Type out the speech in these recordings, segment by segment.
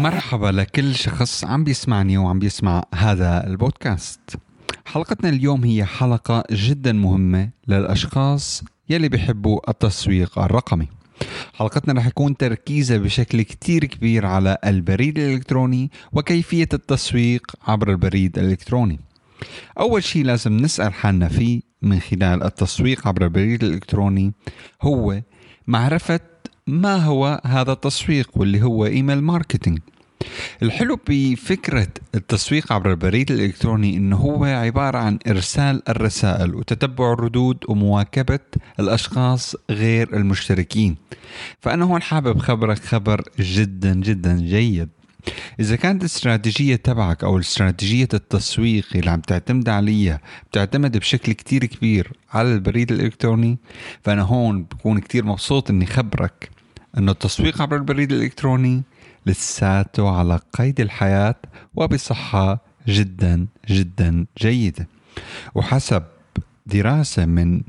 مرحبا لكل شخص عم بيسمعني وعم بيسمع هذا البودكاست. حلقتنا اليوم هي حلقة جدا مهمة للأشخاص يلي بيحبوا التسويق الرقمي. حلقتنا رح يكون تركيزها بشكل كتير كبير على البريد الإلكتروني وكيفية التسويق عبر البريد الإلكتروني. أول شيء لازم نسأل حالنا فيه من خلال التسويق عبر البريد الإلكتروني هو معرفة ما هو هذا التسويق واللي هو إيميل ماركتينج. الحلو بفكرة التسويق عبر البريد الإلكتروني إنه هو عبارة عن إرسال الرسائل وتتبع الردود ومواكبة الأشخاص غير المشتركين. فأنا هون حابب خبرك خبر جدا جدا جيد. إذا كانت الاستراتيجية تبعك أو الاستراتيجية التسويق اللي عم تعتمد عليها بتعتمد بشكل كتير كبير على البريد الإلكتروني، فأنا هون بكون كتير مبسوط إني خبرك إنه التسويق عبر البريد الإلكتروني لساته على قيد الحياة وبصحة جدا جدا جيدة. وحسب دراسة من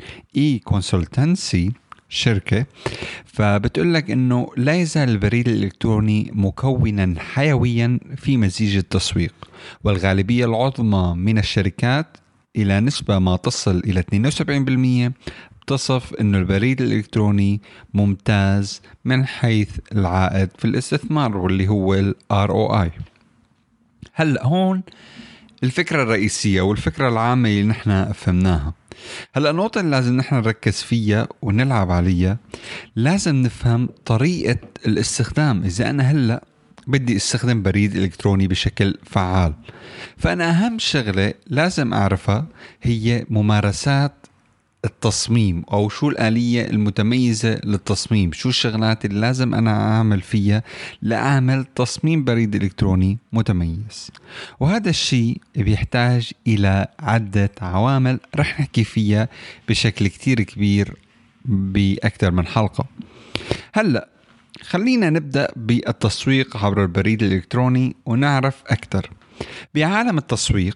كونسلتنسي شركة، فبتقولك انه لا يزال البريد الالكتروني مكونا حيويا في مزيج التسويق، والغالبية العظمى من الشركات الى نسبة ما تصل الى 72% بتصف انه البريد الالكتروني ممتاز من حيث العائد في الاستثمار واللي هو ال ROI. هلأ هون الفكرة الرئيسية والفكرة العامة اللي نحن فهمناها. هلأ النقطة اللي لازم نحن نركز فيها ونلعب عليها، لازم نفهم طريقة الاستخدام. إذا أنا هلأ بدي استخدم بريد إلكتروني بشكل فعال، فأنا أهم شغلة لازم أعرفها هي ممارسات التصميم، أو شو الآلية المتميزة للتصميم، شو الشغلات اللي لازم أنا أعمل فيها لأعمل تصميم بريد إلكتروني متميز. وهذا الشيء بيحتاج إلى عدة عوامل رح نحكي فيها بشكل كتير كبير بأكثر من حلقة. هلأ خلينا نبدأ بالتسويق عبر البريد الإلكتروني ونعرف أكثر. بعالم التسويق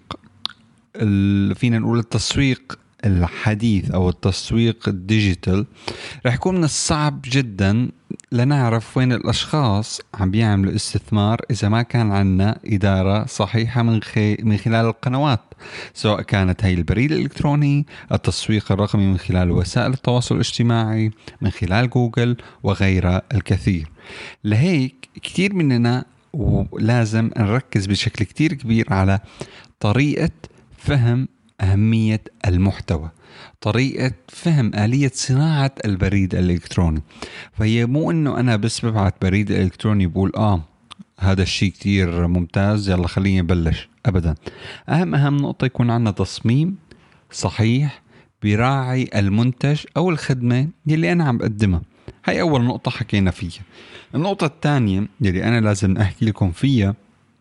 فينا نقول التسويق الحديث أو التسويق الديجيتال رح يكون من الصعب جدا لنعرف وين الأشخاص عم بيعملوا استثمار إذا ما كان عنا إدارة صحيحة من خلال القنوات، سواء كانت هاي البريد الإلكتروني، التسويق الرقمي من خلال وسائل التواصل الاجتماعي، من خلال جوجل وغيرها الكثير. لهيك كتير مننا ولازم نركز بشكل كتير كبير على طريقة فهم أهمية المحتوى، طريقة فهم آلية صناعة البريد الإلكتروني. فهي مو إنه أنا بس ببعت بريد إلكتروني بقول هذا الشيء كتير ممتاز يلا خليني نبلش. أبدا، أهم نقطة يكون عندنا تصميم صحيح براعي المنتج أو الخدمة اللي أنا عم بقدمها. هاي أول نقطة حكينا فيها. النقطة الثانية اللي أنا لازم أحكي لكم فيها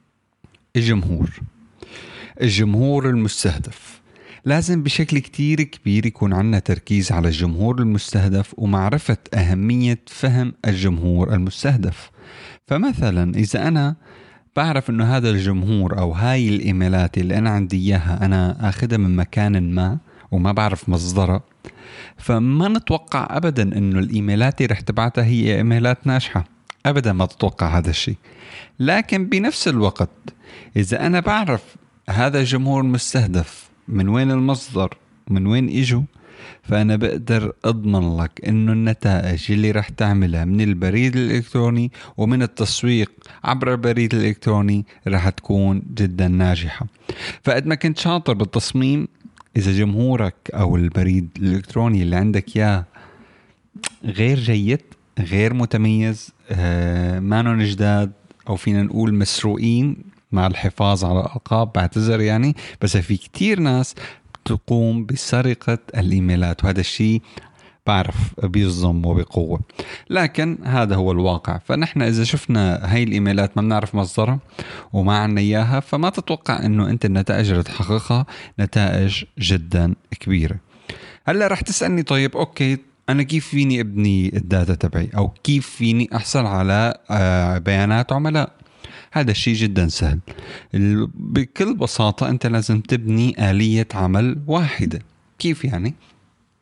الجمهور المستهدف. لازم بشكل كتير كبير يكون عنا تركيز على الجمهور المستهدف ومعرفة أهمية فهم الجمهور المستهدف. فمثلا إذا أنا بعرف أنه هذا الجمهور أو هاي الإيميلات اللي أنا عندي إياها أنا أخذها من مكان ما وما بعرف مصدرها، فما نتوقع أبدا أنه الإيميلات اللي رح تبعتها هي إيميلات ناجحة. أبدا ما تتوقع هذا الشيء. لكن بنفس الوقت إذا أنا بعرف هذا الجمهور المستهدف من وين المصدر من وين إجوا، فأنا بقدر أضمن لك إنه النتائج اللي رح تعملها من البريد الإلكتروني ومن التسويق عبر البريد الإلكتروني رح تكون جدا ناجحة. فقد ما كنت شاطر بالتصميم، إذا جمهورك أو البريد الإلكتروني اللي عندك إياه غير جيد غير متميز، مانو جداد أو فينا نقول مسروقين، مع الحفاظ على الألقاب بعتذر يعني، بس في كتير ناس تقوم بسرقة الإيميلات، وهذا الشيء بعرف بيصدم وبقوة، لكن هذا هو الواقع. فنحن إذا شفنا هاي الإيميلات ما بنعرف مصدرها وما عنا إياها، فما تتوقع إنه أنت النتائج اللي تحققها نتائج جدا كبيرة. هلأ رح تسألني طيب أوكي أنا كيف فيني أبني الداتا تبعي أو كيف فيني أحصل على بيانات عملاء؟ هذا الشيء جدا سهل. بكل بساطة أنت لازم تبني آلية عمل واحدة. كيف يعني؟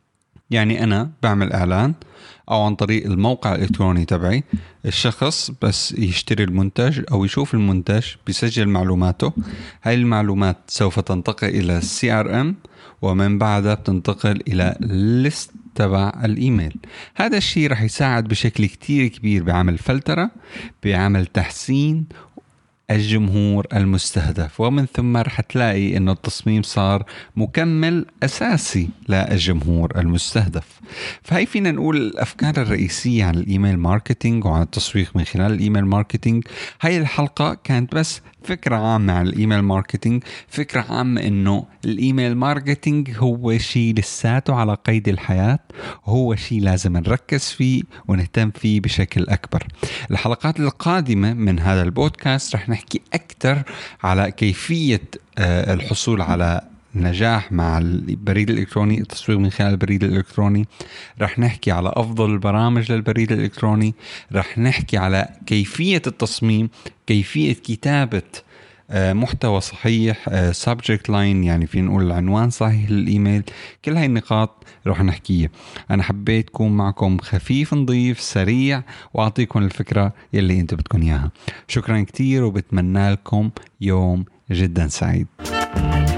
يعني أنا بعمل إعلان أو عن طريق الموقع الإلكتروني تبعي، الشخص بس يشتري المنتج أو يشوف المنتج بيسجل معلوماته. هاي المعلومات سوف تنتقل إلى CRM، ومن بعدها بتنتقل إلى ليست تبع الإيميل. هذا الشيء رح يساعد بشكل كتير كبير بعمل فلترة، بعمل تحسين الجمهور المستهدف، ومن ثم رح تلاقي انه التصميم صار مكمل اساسي للجمهور المستهدف. فهي فينا نقول الافكار الرئيسية عن الايميل ماركتينج وعن التسويق من خلال الايميل ماركتينج. هاي الحلقة كانت بس فكرة عامة عن الايميل ماركتينج، فكرة عامة انه الايميل ماركتينج هو شيء لساته على قيد الحياة، هو شيء لازم نركز فيه ونهتم فيه بشكل اكبر. الحلقات القادمة من هذا البودكاست رح نحكي أكثر على كيفية الحصول على نجاح مع البريد الإلكتروني، التسويق من خلال البريد الإلكتروني. رح نحكي على أفضل البرامج للبريد الإلكتروني. رح نحكي على كيفية التصميم، كيفية كتابة محتوى صحيح، subject line، يعني في نقول العنوان صحيح للإيميل. كل هاي النقاط رح نحكيها. أنا حبيت أكون معكم خفيف نظيف سريع وأعطيكم الفكرة يلي أنت بدكم إياها. شكرا كتير وبتمنى لكم يوم جدا سعيد.